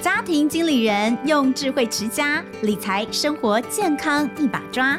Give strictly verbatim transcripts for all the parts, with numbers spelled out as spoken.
家庭经理人用智慧持家，理财生活健康一把抓。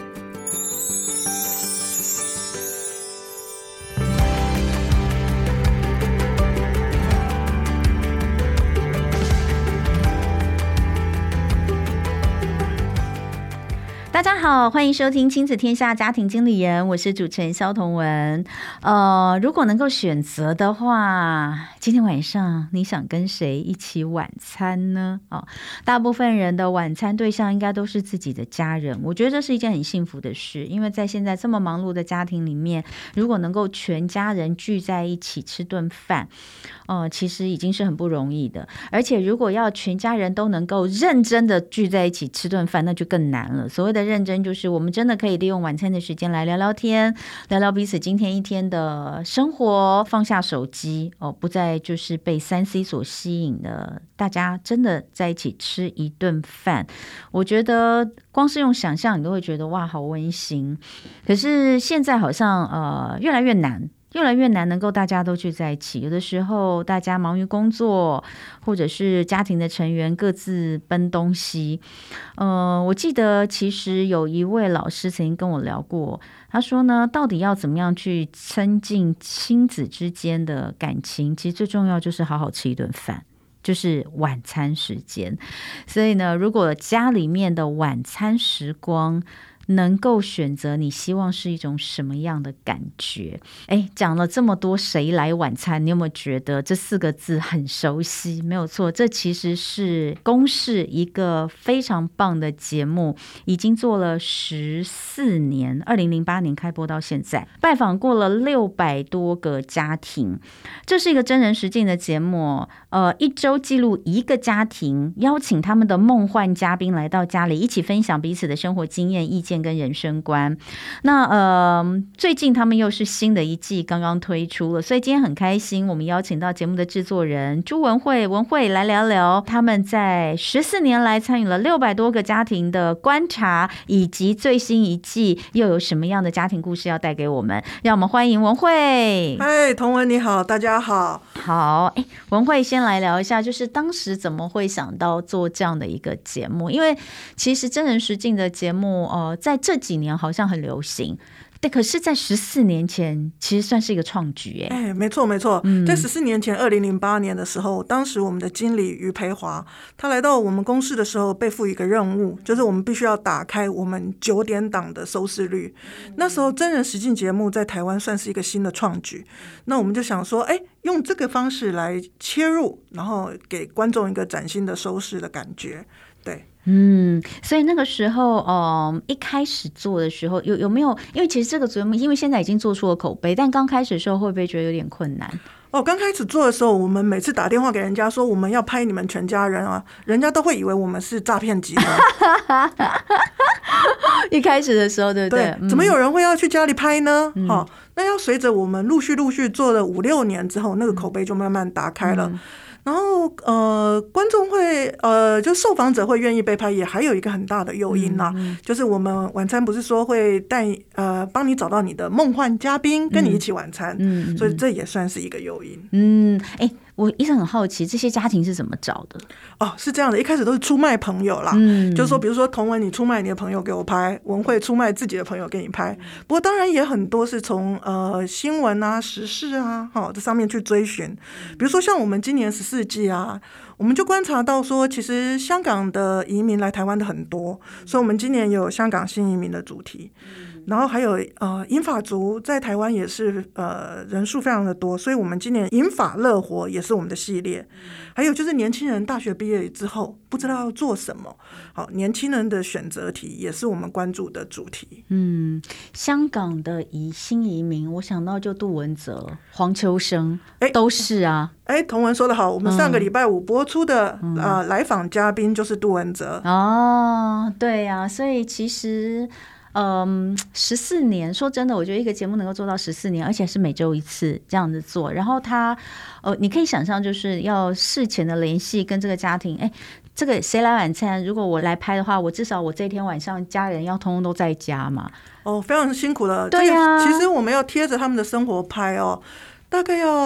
大家好，欢迎收听亲子天下家庭经理人，我是主持人萧彤雯。呃，如果能够选择的话，今天晚上你想跟谁一起晚餐呢？哦，大部分人的晚餐对象应该都是自己的家人，我觉得这是一件很幸福的事，因为在现在这么忙碌的家庭里面，如果能够全家人聚在一起吃顿饭，呃，其实已经是很不容易的。而且如果要全家人都能够认真的聚在一起吃顿饭，那就更难了。所谓的认真就是我们真的可以利用晚餐的时间来聊聊天，聊聊彼此今天一天的生活，放下手机哦，不再就是被三 C 所吸引的，大家真的在一起吃一顿饭，我觉得光是用想象你都会觉得哇好温馨。可是现在好像呃越来越难越来越难能够大家都聚在一起，有的时候大家忙于工作，或者是家庭的成员各自奔东西。呃，我记得其实有一位老师曾经跟我聊过，他说呢，到底要怎么样去增进亲子之间的感情，其实最重要就是好好吃一顿饭，就是晚餐时间。所以呢，如果家里面的晚餐时光能够选择你希望是一种什么样的感觉？哎，讲了这么多谁来晚餐，你有没有觉得这四个字很熟悉？没有错，这其实是公视一个非常棒的节目，已经做了十四年，二零零八年开播到现在，拜访过了六百多个家庭。这是一个真人实境的节目，呃，一周记录一个家庭，邀请他们的梦幻嘉宾来到家里，一起分享彼此的生活经验、意见跟人生观。那呃，最近他们又是新的一季刚刚推出了，所以今天很开心，我们邀请到节目的制作人朱文慧文慧来聊聊他们在十四年来参与了六百多个家庭的观察，以及最新一季又有什么样的家庭故事要带给我们。让我们欢迎文慧。 嗨，彤雯你好，大家好。 好，哎，文慧先来聊一下，就是当时怎么会想到做这样的一个节目？因为其实真人实境的节目，呃，在这几年好像很流行，对，可是在十四年前其实算是一个创举。 哎，没错没错，嗯、在十四年前二零零八年的时候，当时我们的经理于培华他来到我们公司的时候，被赋予一个任务，就是我们必须要打开我们九点档的收视率。那时候真人实境节目在台湾算是一个新的创举，那我们就想说，哎，用这个方式来切入，然后给观众一个崭新的收视的感觉。对， 嗯，所以那个时候，嗯，一开始做的时候，有有没有？因为其实这个节目，因为现在已经做出了口碑，但刚开始的时候会不会觉得有点困难？ 哦，刚开始做的时候，我们每次打电话给人家说我们要拍你们全家人啊，人家都会以为我们是诈骗集团。 一开始的时候，对不对？ 对，嗯、怎么有人会要去家里拍呢？嗯哦、那要随着我们陆续陆续做了五六年之后，那个口碑就慢慢打开了。嗯然后呃，观众会呃，就受访者会愿意被拍，也还有一个很大的诱因啦、嗯嗯，就是我们晚餐不是说会带呃帮你找到你的梦幻嘉宾，跟你一起晚餐，嗯嗯、所以这也算是一个诱因。 嗯，哎，我一直很好奇，这些家庭是怎么找的？ 哦，是这样的，一开始都是出卖朋友啦，嗯、就是说，比如说彤雯，你出卖你的朋友给我拍，文慧出卖自己的朋友给你拍。不过当然也很多是从呃新闻啊、时事啊，哈、哦，这上面去追寻。比如说像我们今年十四季啊，我们就观察到说，其实香港的移民来台湾的很多，所以我们今年有香港新移民的主题。然后还有呃银发族在台湾也是呃人数非常的多，所以我们今年银发乐活也是我们的系列。还有就是年轻人大学毕业之后不知道要做什么，好，年轻人的选择题也是我们关注的主题。嗯， 香港的移新移民，我想到就杜文泽、黄秋生，都是啊。 哎，彤雯说得好，我们上个礼拜五播出的、嗯呃、来访嘉宾就是杜文泽。 哦，对呀、啊，所以其实。嗯，十四年，说真的，我觉得一个节目能够做到十四年，而且是每周一次这样子做，然后他，呃，你可以想象，就是要事前的联系跟这个家庭，哎，这个谁来晚餐？如果我来拍的话，我至少我这天晚上家人要通通都在家嘛。 哦，非常辛苦了。 对呀、啊， 其实我们要贴着他们的生活拍哦。大概要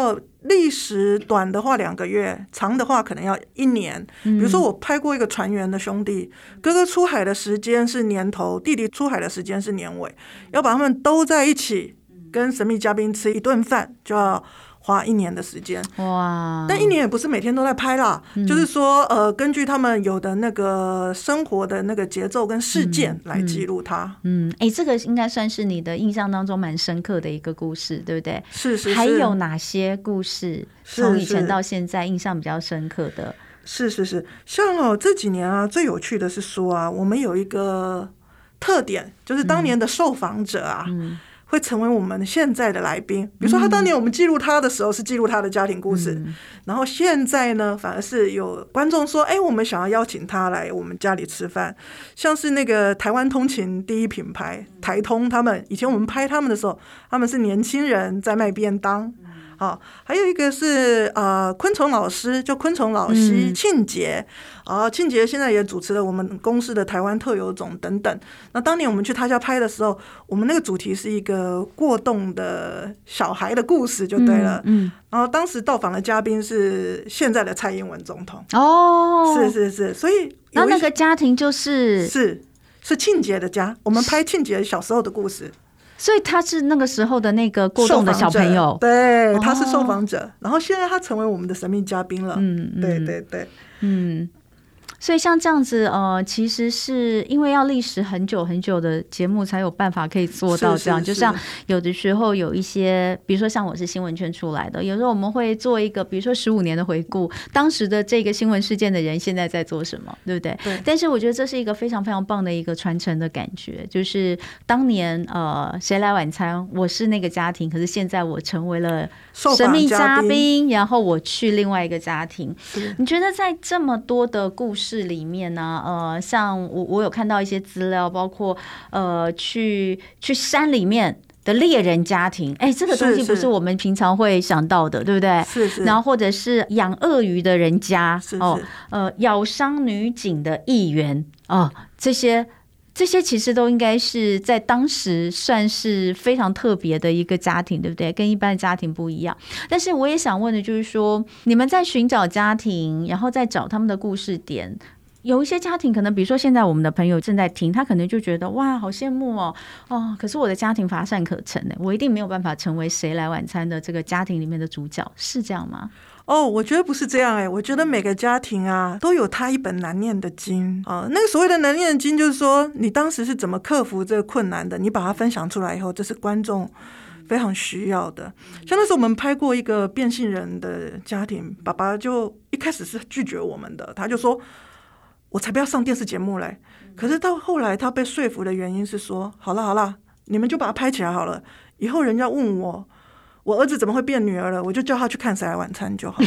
历时短的话两个月，长的话可能要一年。比如说我拍过一个船员的兄弟，哥哥出海的时间是年头，弟弟出海的时间是年尾，要把他们都在一起跟神秘嘉宾吃一顿饭，就要花一年的时间。哇！但一年也不是每天都在拍啦，嗯、就是说，呃，根据他们有的那个生活的那个节奏跟事件来记录它。 嗯，哎、嗯欸，这个应该算是你的印象当中蛮深刻的一个故事，对不对？ 是是是。 还有哪些故事从以前到现在印象比较深刻的？ 是是是，像哦这几年啊，最有趣的是说啊，我们有一个特点，就是当年的受访者啊。嗯嗯会成为我们现在的来宾，比如说他当年我们记录他的时候是记录他的家庭故事，嗯、然后现在呢反而是有观众说，哎，我们想要邀请他来我们家里吃饭，像是那个台湾通勤第一品牌台通，他们以前我们拍他们的时候，他们是年轻人在卖便当。啊，还有一个是呃昆虫老师，就昆虫老师庆杰，啊庆杰现在也主持了我们公司的台湾特有种等等。那当年我们去他家拍的时候，我们那个主题是一个过动的小孩的故事，就对了。嗯，嗯然后当时到访的嘉宾是现在的蔡英文总统。哦，是是是，所以然后那个家庭就是是是庆杰的家，我们拍庆杰小时候的故事。 所以他是那个时候的那个过动的小朋友， 对，他是受访者、哦，然后现在他成为我们的神秘嘉宾了。嗯，对对对， 嗯。所以像这样子，呃，其实是因为要历时很久很久的节目才有办法可以做到这样。是是是就像有的时候有一些，比如说像我是新闻圈出来的，有时候我们会做一个，比如说十五年的回顾，当时的这个新闻事件的人现在在做什么，对不对？对。但是我觉得这是一个非常非常棒的一个传承的感觉，就是当年呃谁来晚餐，我是那个家庭，可是现在我成为了神秘嘉宾，然后我去另外一个家庭。你觉得在这么多的故事里面呢，呃，像我我有看到一些资料，包括呃去去山里面的猎人家庭，哎，这个东西不是我们平常会想到的，对不对？ 是是。 然后或者是养鳄鱼的人家，是是哦，呃，咬伤女警的议员哦，这些。这些其实都应该是在当时算是非常特别的一个家庭，对不对？跟一般的家庭不一样。但是我也想问的就是说，你们在寻找家庭，然后再找他们的故事点，有一些家庭可能比如说现在我们的朋友正在听，他可能就觉得哇好羡慕哦哦，可是我的家庭乏善可陈呢，我一定没有办法成为谁来晚餐的这个家庭里面的主角，是这样吗？ 哦，我觉得不是这样哎、欸，我觉得每个家庭啊都有他一本难念的经啊。那个所谓的难念的经，就是说你当时是怎么克服这个困难的，你把它分享出来以后，这是观众非常需要的。像那时候我们拍过一个变性人的家庭，爸爸就一开始是拒绝我们的，他就说我才不要上电视节目嘞。可是到后来他被说服的原因是说，好了好了，你们就把它拍起来好了，以后人家问我我儿子怎么会变女儿了，我就叫他去看谁来晚餐就好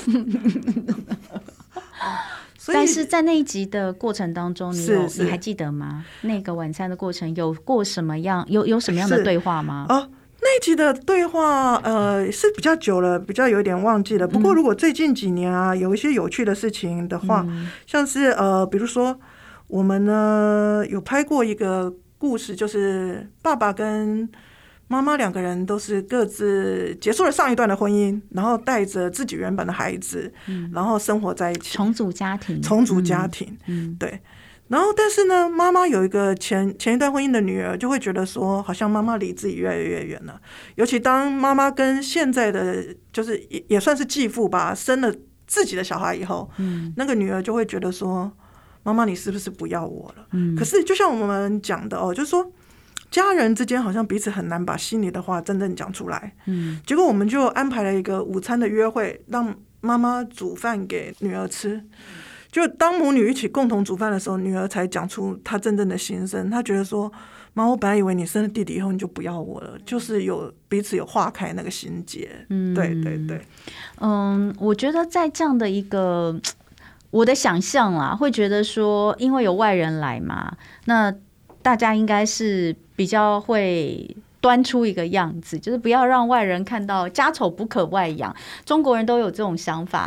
但是在那一集的过程当中，你有你还记得吗？那个晚餐的过程有过什么样有有什么样的对话吗？ 哦，那一集的对话呃是比较久了，比较有点忘记了。不过如果最近几年啊有一些有趣的事情的话，嗯、像是呃比如说我们呢有拍过一个故事，就是爸爸跟妈妈两个人都是各自结束了上一段的婚姻，然后带着自己原本的孩子、嗯、然后生活在一起， 重组家庭重组家庭、嗯、对。然后但是呢妈妈有一个前前一段婚姻的女儿，就会觉得说好像妈妈离自己越来越远了，尤其当妈妈跟现在的就是也也算是继父吧生了自己的小孩以后、嗯、那个女儿就会觉得说妈妈你是不是不要我了、嗯、可是就像我们讲的哦，就是说家人之间好像彼此很难把心里的话真正讲出来，嗯，结果我们就安排了一个午餐的约会，让妈妈煮饭给女儿吃。就当母女一起共同煮饭的时候，女儿才讲出她真正的心声。她觉得说：“妈，我本来以为你生了弟弟以后你就不要我了。”就是有彼此有化开那个心结。嗯，对对对。 嗯，我觉得在这样的一个我的想象啦，会觉得说，因为有外人来嘛，那大家应该是比较会端出一个样子，就是不要让外人看到家丑不可外扬。中国人都有这种想法，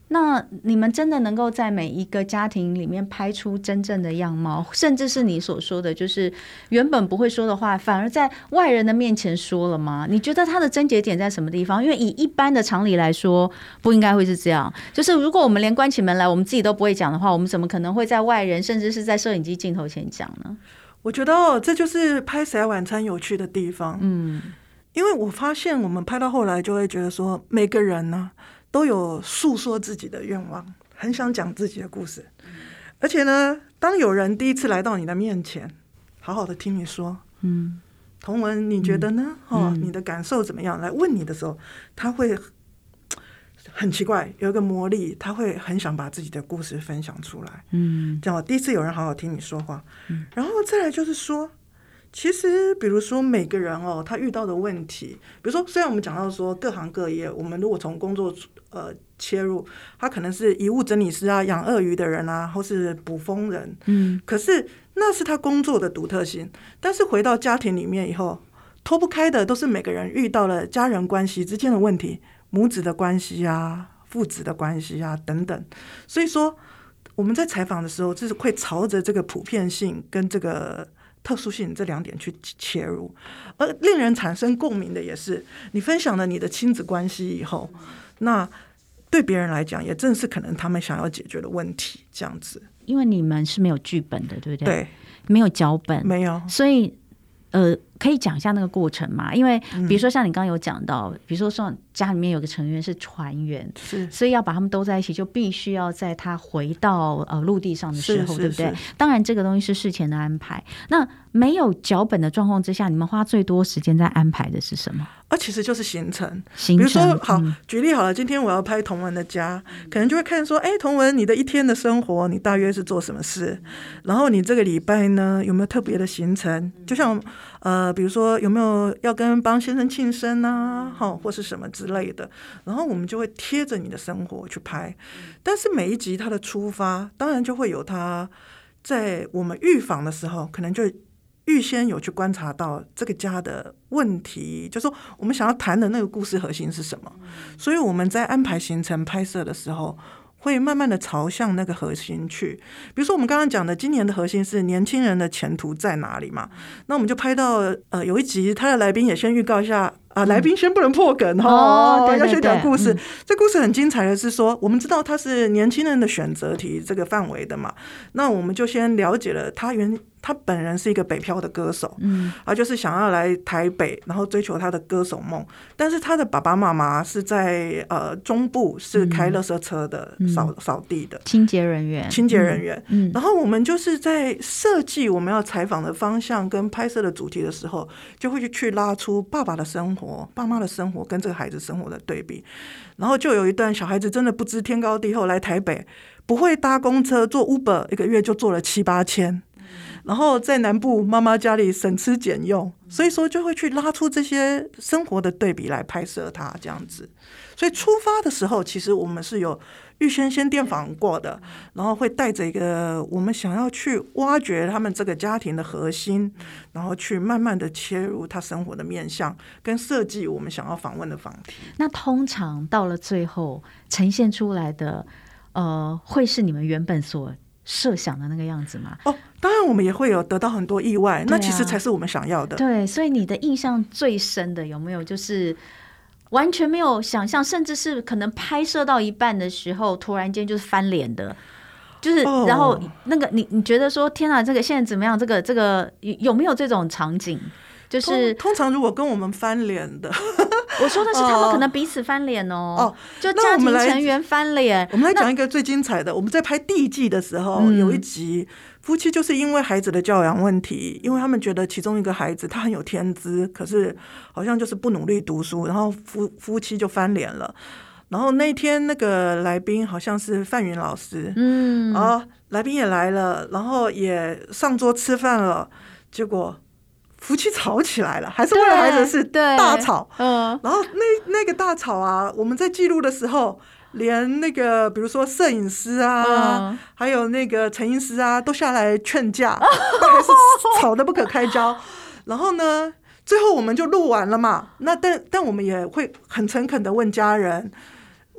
那你们真的能够在每一个家庭里面拍出真正的样貌，甚至是你所说的就是原本不会说的话反而在外人的面前说了吗？你觉得它的症结点在什么地方？因为以一般的常理来说不应该会是这样，就是如果我们连关起门来我们自己都不会讲的话，我们怎么可能会在外人甚至是在摄影机镜头前讲呢？ 我觉得、哦、这就是拍谁晚餐有趣的地方。嗯，因为我发现我们拍到后来就会觉得说每个人呢都有诉说自己的愿望，很想讲自己的故事。而且呢，当有人第一次来到你的面前，好好的听你说，嗯，同文你觉得呢？嗯哦、你的感受怎么样？来问你的时候，他会很奇怪，有一个魔力，他会很想把自己的故事分享出来。嗯，这样第一次有人好好听你说话，嗯、然后再来就是说。其实比如说每个人哦，他遇到的问题，比如说虽然我们讲到说各行各业，我们如果从工作呃切入，他可能是遗物整理师啊，养鳄鱼的人啊，或是捕蜂人，嗯，可是那是他工作的独特性。但是回到家庭里面以后，脱不开的都是每个人遇到了家人关系之间的问题，母子的关系啊，父子的关系啊等等。所以说我们在采访的时候，就是会朝着这个普遍性跟这个特殊性这两点去切入，而令人产生共鸣的也是你分享了你的亲子关系以后，那对别人来讲也正是可能他们想要解决的问题，这样子。 因为你们是没有剧本的，对不对？ 对， 没有脚本， 没有， 所以呃，可以讲一下那个过程嘛？因为比如说像你刚刚有讲到，比如说像家里面有个成员是船员， 是， 所以要把他们都在一起，就必须要在他回到呃陆地上的时候， 是是对不对？当然这个东西是事前的安排。那没有脚本的状况之下，你们花最多时间在安排的是什么？ 啊，其实就是行程。 行程， 比如说，好， 嗯、 举例好了，今天我要拍同文的家，可能就会看说，哎，同文，你的一天的生活，你大约是做什么事？然后你这个礼拜呢，有没有特别的行程？就像呃，比如说有没有要跟帮先生庆生啊，哈，或是什么之类的。然后我们就会贴着你的生活去拍。但是每一集它的出发，当然就会有它在我们预访的时候，可能就预先有去观察到这个家的问题，就是说我们想要谈的那个故事核心是什么，所以我们在安排行程拍摄的时候会慢慢的朝向那个核心去。比如说我们刚刚讲的今年的核心是年轻人的前途在哪里嘛，那我们就拍到呃有一集他的来宾也先预告一下啊，来宾先不能破梗哦，对对对，要先讲故事、嗯、这故事很精彩的是说，我们知道他是年轻人的选择题这个范围的嘛，那我们就先了解了他原他本人是一个北漂的歌手，嗯，啊，就是想要来台北，然后追求他的歌手梦。但是他的爸爸妈妈是在呃中部，是开垃圾车的，嗯、扫扫地的清洁人员， 清洁人员。 嗯，嗯然后我们就是在设计我们要采访的方向跟拍摄的主题的时候，就会去拉出爸爸的生活、爸妈的生活跟这个孩子生活的对比。然后就有一段小孩子真的不知天高地厚来台北，不会搭公车，做 Uber 一个月就做了七八千。然后在南部妈妈家里省吃俭用，所以说就会去拉出这些生活的对比来拍摄它这样子。所以出发的时候其实我们是有预先先电访过的，然后会带着一个我们想要去挖掘他们这个家庭的核心，然后去慢慢的切入他生活的面向跟设计我们想要访问的访题。 那通常到了最后呈现出来的呃，会是你们原本所设想的那个样子吗？ 哦，当然我们也会有得到很多意外、啊、那其实才是我们想要的。 对，所以你的印象最深的有没有就是完全没有想象，甚至是可能拍摄到一半的时候突然间就是翻脸的，就是然后那个你你觉得说天啊，这个现在怎么样，这个这个有没有这种场景？就是通常如果跟我们翻脸的我说的是他们可能彼此翻脸 哦, 哦就家庭成员翻脸。 我们来讲一个最精彩的，我们在拍第一季的时候、嗯、有一集夫妻就是因为孩子的教养问题，因为他们觉得其中一个孩子他很有天资，可是好像就是不努力读书，然后 夫, 夫妻就翻脸了。然后那天那个来宾好像是范云老师，嗯，啊，来宾也来了，然后也上桌吃饭了，结果夫妻吵起来了，还是为了孩子是大吵，嗯，然后那那个大吵啊，我们在记录的时候，连那个比如说摄影师啊，嗯、还有那个陈医师啊，都下来劝架，还是吵得不可开交。然后呢，最后我们就录完了嘛。那但但我们也会很诚恳的问家人，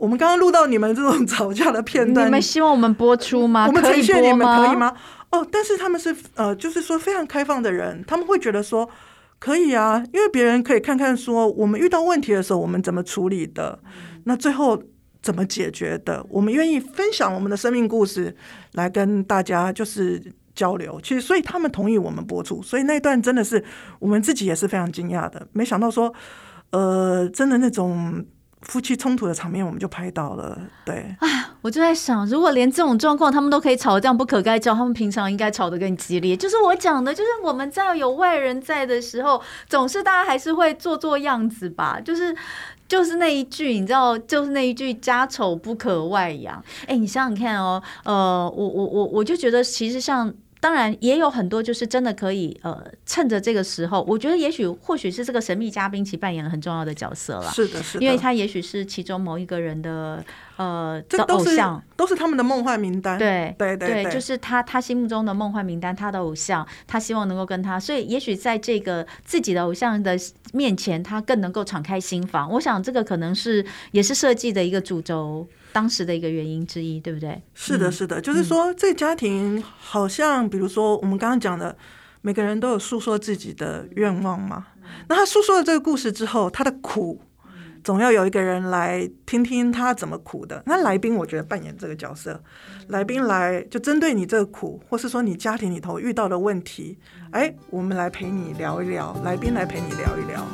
我们刚刚录到你们这种吵架的片段， 你们希望我们播出吗？ 我们呈现你们可以吗？哦，但是他们是呃，就是说非常开放的人，他们会觉得说可以啊，因为别人可以看看说我们遇到问题的时候我们怎么处理的，那最后怎么解决的，我们愿意分享我们的生命故事来跟大家就是交流。其实所以他们同意我们播出，所以那段真的是我们自己也是非常惊讶的，没想到说呃，真的那种夫妻冲突的场面我们就拍到了。对， 哎，我就在想，如果连这种状况他们都可以吵得这样不可开交，他们平常应该吵得更激烈。就是我讲的，就是我们在有外人在的时候，总是大家还是会做做样子吧，就是就是那一句，你知道，就是那一句家丑不可外扬。哎，你想想看哦，呃，我我我我就觉得，其实像。当然也有很多就是真的可以呃趁着这个时候，我觉得也许或许是这个神秘嘉宾其扮演了很重要的角色了。 是的，是的， 因为他也许是其中某一个人的呃这的偶像， 都是他们的梦幻名单。 对对 对, 对，就是他他心目中的梦幻名单，他的偶像，他希望能够跟他，所以也许在这个自己的偶像的面前，他更能够敞开心房。我想这个可能是也是设计的一个主轴。当时的一个原因之一，对不对？ 是的，是的，嗯、就是说，这个家庭好像，比如说我们刚刚讲的，每个人都有诉说自己的愿望嘛。那他诉说了这个故事之后，他的苦，总要有一个人来听听他怎么苦的。那来宾，我觉得扮演这个角色，来宾来就针对你这个苦，或是说你家庭里头遇到的问题，哎，我们来陪你聊一聊，来宾来陪你聊一聊。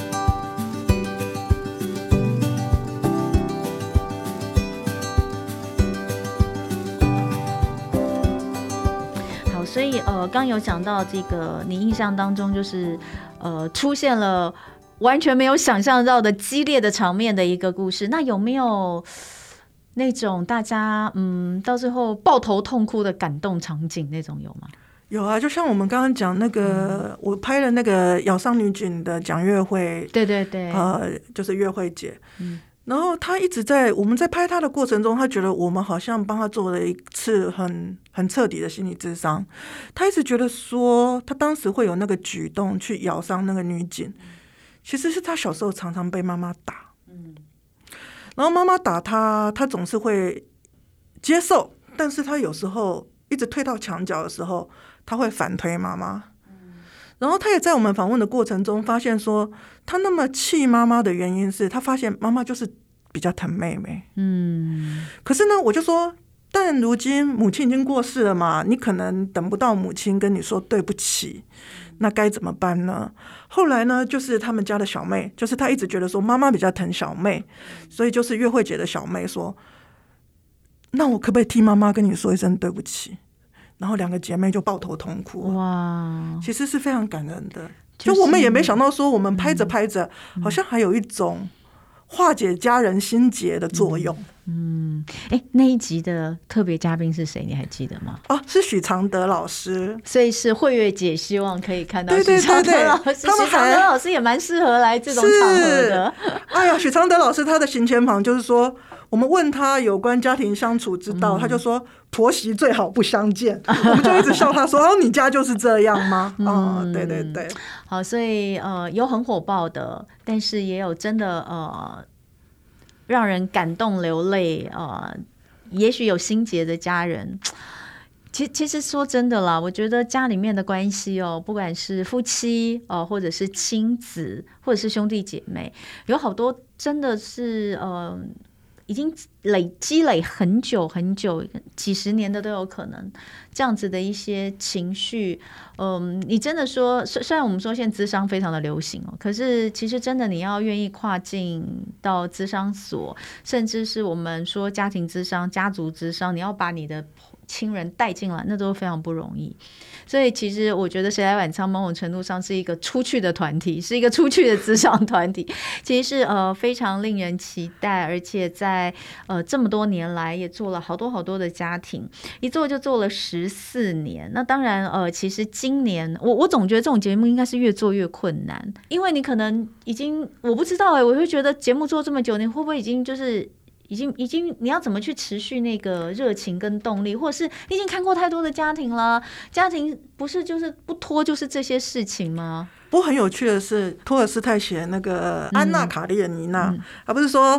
所以呃，刚有讲到这个，你印象当中就是呃，出现了完全没有想象到的激烈的场面的一个故事。那有没有那种大家嗯到最后抱头痛哭的感动场景那种有吗？ 有啊，就像我们刚刚讲那个、嗯，我拍了那个咬伤女警的讲乐会， 对对对， 呃，就是乐会姐， 嗯。 然后他一直在我们在拍他的过程中，他觉得我们好像帮他做了一次很很彻底的心理諮商。他一直觉得说，他当时会有那个举动去咬伤那个女警，其实是他小时候常常被妈妈打，嗯，然后妈妈打他，他总是会接受，但是他有时候一直推到墙角的时候，他会反推妈妈。然后他也在我们访问的过程中发现说，他那么气妈妈的原因是他发现妈妈就是比较疼妹妹。嗯，可是呢，我就说，但如今母亲已经过世了嘛，你可能等不到母亲跟你说对不起，那该怎么办呢？后来呢，就是他们家的小妹，就是他一直觉得说妈妈比较疼小妹，所以就是月慧姐的小妹说，那我可不可以替妈妈跟你说一声对不起？然后两个姐妹就抱头痛哭。哇，其实是非常感人的。就我们也没想到说，我们拍着拍着、嗯，好像还有一种化解家人心结的作用。 嗯，哎、嗯，那一集的特别嘉宾是谁？你还记得吗？ 哦，是许常德老师。 所以是慧月姐希望可以看到许常德老师。对对对对，许常德老师也蛮适合来这种场合的。哎呀，许常德老师他的行前旁就是说，我们问他有关家庭相处之道，嗯、他就说婆媳最好不相见。我们就一直笑他说：“哦，你家就是这样吗？”啊、嗯哦，对对对。 好，所以呃，有很火爆的，但是也有真的呃，让人感动流泪呃，也许有心结的家人。其其实说真的啦，我觉得家里面的关系哦，不管是夫妻哦、呃，或者是亲子，或者是兄弟姐妹，有好多真的是呃。已经累积累很久很久，几十年的都有可能，这样子的一些情绪，嗯，你真的说，虽然我们说现在諮商非常的流行哦，可是其实真的你要愿意跨境到諮商所，甚至是我们说家庭諮商、家族諮商，你要把你的亲人带进来，那都非常不容易。所以其实我觉得谁来晚餐某种程度上是一个出去的团体，是一个出去的諮商团体，其实是呃非常令人期待，而且在呃这么多年来也做了好多好多的家庭，一做就做了十四年。那当然呃其实今年我我总觉得这种节目应该是越做越困难，因为你可能已经我不知道哎、欸，我会觉得节目做这么久，你会不会已经就是已经已经你要怎么去持续那个热情跟动力，或者是你已经看过太多的家庭了，家庭不是就是不拖就是这些事情吗？ 不过很有趣的是，托尔斯泰写那个安娜卡列尼娜，他、嗯、不是说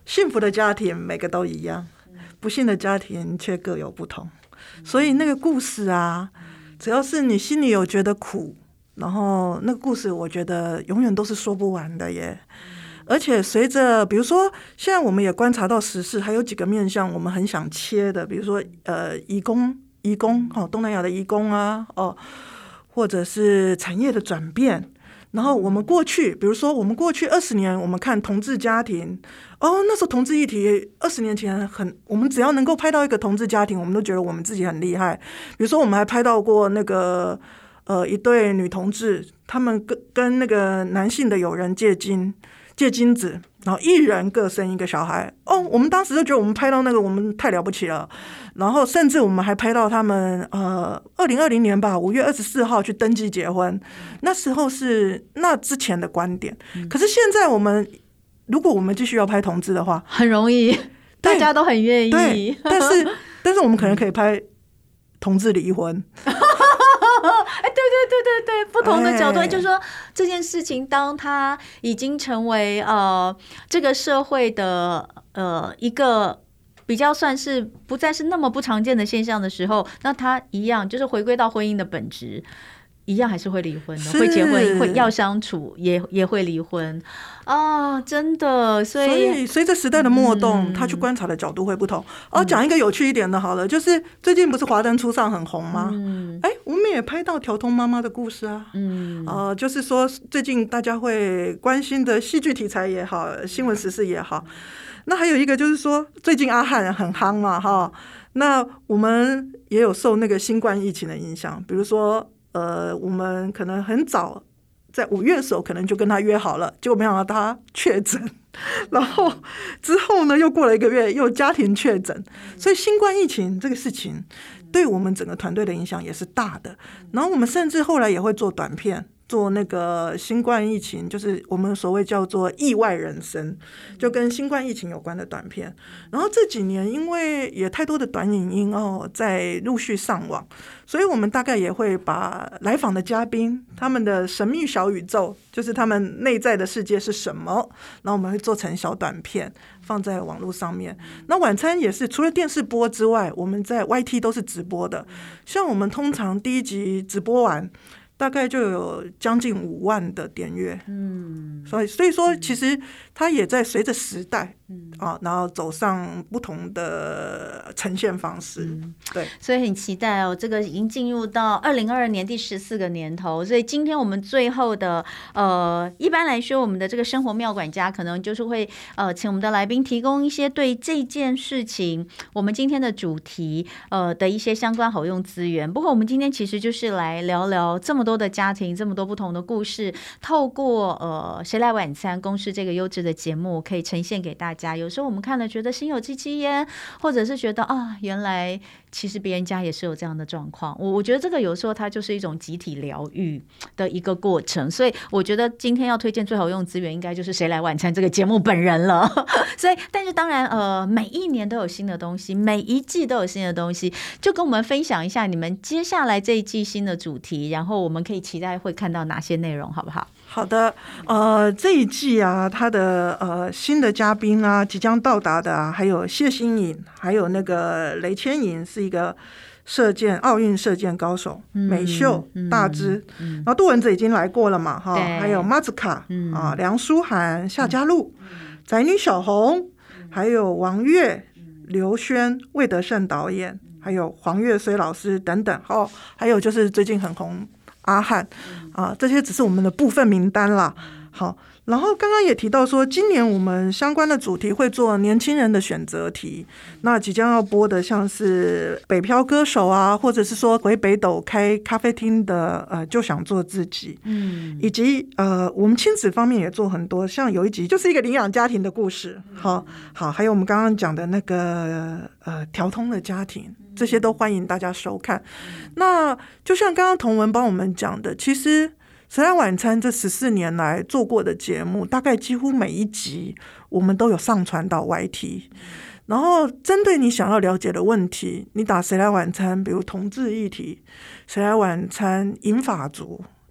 幸福的家庭每个都一样，不幸的家庭却各有不同。所以那个故事啊，只要是你心里有觉得苦，然后那个故事我觉得永远都是说不完的耶。而且随着比如说现在我们也观察到时事还有几个面向我们很想切的，比如说呃移工移工哦，东南亚的移工啊哦，或者是产业的转变。然后我们过去比如说我们过去二十年我们看同志家庭，哦，那时候同志议题二十年前很，我们只要能够拍到一个同志家庭我们都觉得我们自己很厉害。比如说我们还拍到过那个呃一对女同志，他们跟跟那个男性的友人借精借精子，然后一人各生一个小孩。哦，我们当时就觉得我们拍到那个我们太了不起了。然后甚至我们还拍到他们呃二零二零年吧五月二十四号去登记结婚，那时候是那之前的观点。可是现在我们如果我们继续要拍同志的话， 很容易，大家都很愿意。 对，但是但是我们可能可以拍同志离婚。 哎，对对对对对，不同的角度，哎、就是说这件事情，当它已经成为呃这个社会的呃一个比较算是不再是那么不常见的现象的时候，那它一样就是回归到婚姻的本质，一样还是会离婚的，会结婚，会要相处，也也会离婚啊、哦，真的。所以，所以随着时代的脉动，嗯、他去观察的角度会不同。哦，讲一个有趣一点的，好了，就是最近不是《华灯初上》很红吗？嗯，哎，我们也拍到调通妈妈的故事啊。嗯，呃，就是说最近大家会关心的戏剧题材也好，新闻时事也好。那还有一个就是说，最近阿汉很夯嘛，哈。那我们也有受那个新冠疫情的影响，比如说。呃，我们可能很早在五月的时候可能就跟他约好了，结果没想到他确诊，然后之后呢又过了一个月又家庭确诊，所以新冠疫情这个事情对我们整个团队的影响也是大的。然后我们甚至后来也会做短片，做那个新冠疫情，就是我们所谓叫做意外人生，就跟新冠疫情有关的短片。然后这几年因为也太多的短影音哦在陆续上网，所以我们大概也会把来访的嘉宾他们的神秘小宇宙，就是他们内在的世界是什么，然后我们会做成小短片放在网络上面。那晚餐也是除了电视播之外，我们在 Y T 都是直播的。像我们通常第一集直播完大概就有将近五万的点阅，嗯，所以所以说其实它也在随着时代，嗯啊，然后走上不同的呈现方式，嗯、对， 所以很期待哦。这个已经进入到二零二二年第十四个年头，所以今天我们最后的呃，一般来说我们的这个生活妙管家可能就是会呃，请我们的来宾提供一些对这件事情我们今天的主题呃的一些相关好用资源。不过我们今天其实就是来聊聊这么多的家庭，这么多不同的故事，透过呃谁来晚餐公视这个优质的节目可以呈现给大家。有时候我们看了觉得心有戚戚焉，或者是觉得啊原来其实别人家也是有这样的状况。我我觉得这个有时候它就是一种集体疗愈的一个过程，所以我觉得今天要推荐最好用资源应该就是谁来晚餐这个节目本人了。所以但是当然呃每一年都有新的东西，每一季都有新的东西，就跟我们分享一下你们接下来这一季新的主题，然后我们可以期待会看到哪些内容，好不好？ 好的，呃，这一季啊，他的呃新的嘉宾啊，即将到达的啊，还有谢欣颖，还有那个雷千莹，是一个射箭奥运射箭高手，嗯、美秀、嗯、大只，嗯、然后杜文泽已经来过了嘛，哈，还有马子卡、嗯、啊，梁书涵、夏嘉璐、嗯、宅女小红，还有王悦、刘轩、魏德胜导演，还有黄岳绥老师等等，哦，还有就是最近很红。阿汉啊，这些只是我们的部分名单啦。好，然后刚刚也提到说，今年我们相关的主题会做年轻人的选择题。那即将要播的像是北漂歌手啊，或者是说回北斗开咖啡厅的呃，就想做自己，嗯，以及呃，我们亲子方面也做很多，像有一集就是一个领养家庭的故事。好，好，还有我们刚刚讲的那个呃，调通的家庭。这些都欢迎大家收看。那就像刚刚童文帮我们讲的，其实谁来晚餐这十四年来做过的节目，大概几乎每一集我们都有上传到 Y T。然后针对你想要了解的问题，你打谁来晚餐，比如同志议题，谁来晚餐银发族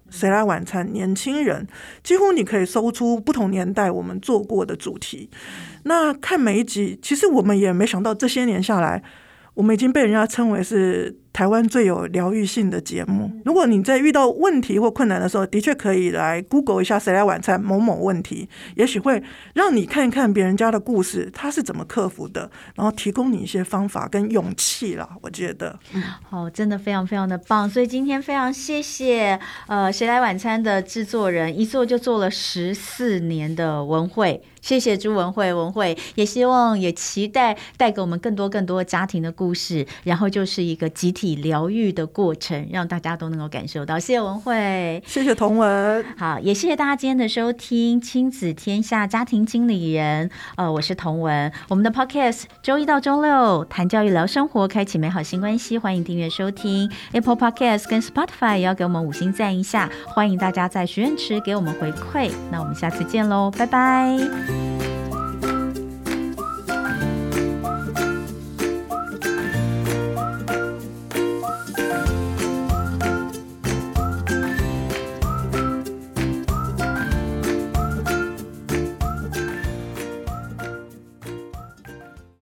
谁来晚餐年轻人，几乎你可以搜出不同年代我们做过的主题。那看每一集，其实我们也没想到这些年下来，我们已经被人家称为是台湾最有疗愈性的节目。如果你在遇到问题或困难的时候，的确可以来 Google 一下谁来晚餐某某问题，也许会让你看一看别人家的故事，他是怎么克服的，然后提供你一些方法跟勇气啦。我觉得嗯， 哦，真的非常非常的棒。所以今天非常谢谢呃谁来晚餐的制作人，一做就做了十四年的文慧，谢谢朱文慧文慧，也希望也期待带给我们更多更多家庭的故事，然后就是一个集体疗愈的过程，让大家都能够感受到。谢谢文慧， 谢谢童文， 好，也谢谢大家今天的收听，亲子天下家庭经理人，呃，我是童文。我们的 Podcast 周一到周六谈教育聊生活，开启美好新关系，欢迎订阅收听 Apple Podcast 跟 Spotify 也要给我们五星赞一下，欢迎大家在许愿池给我们回馈。那我们下次见喽，拜拜。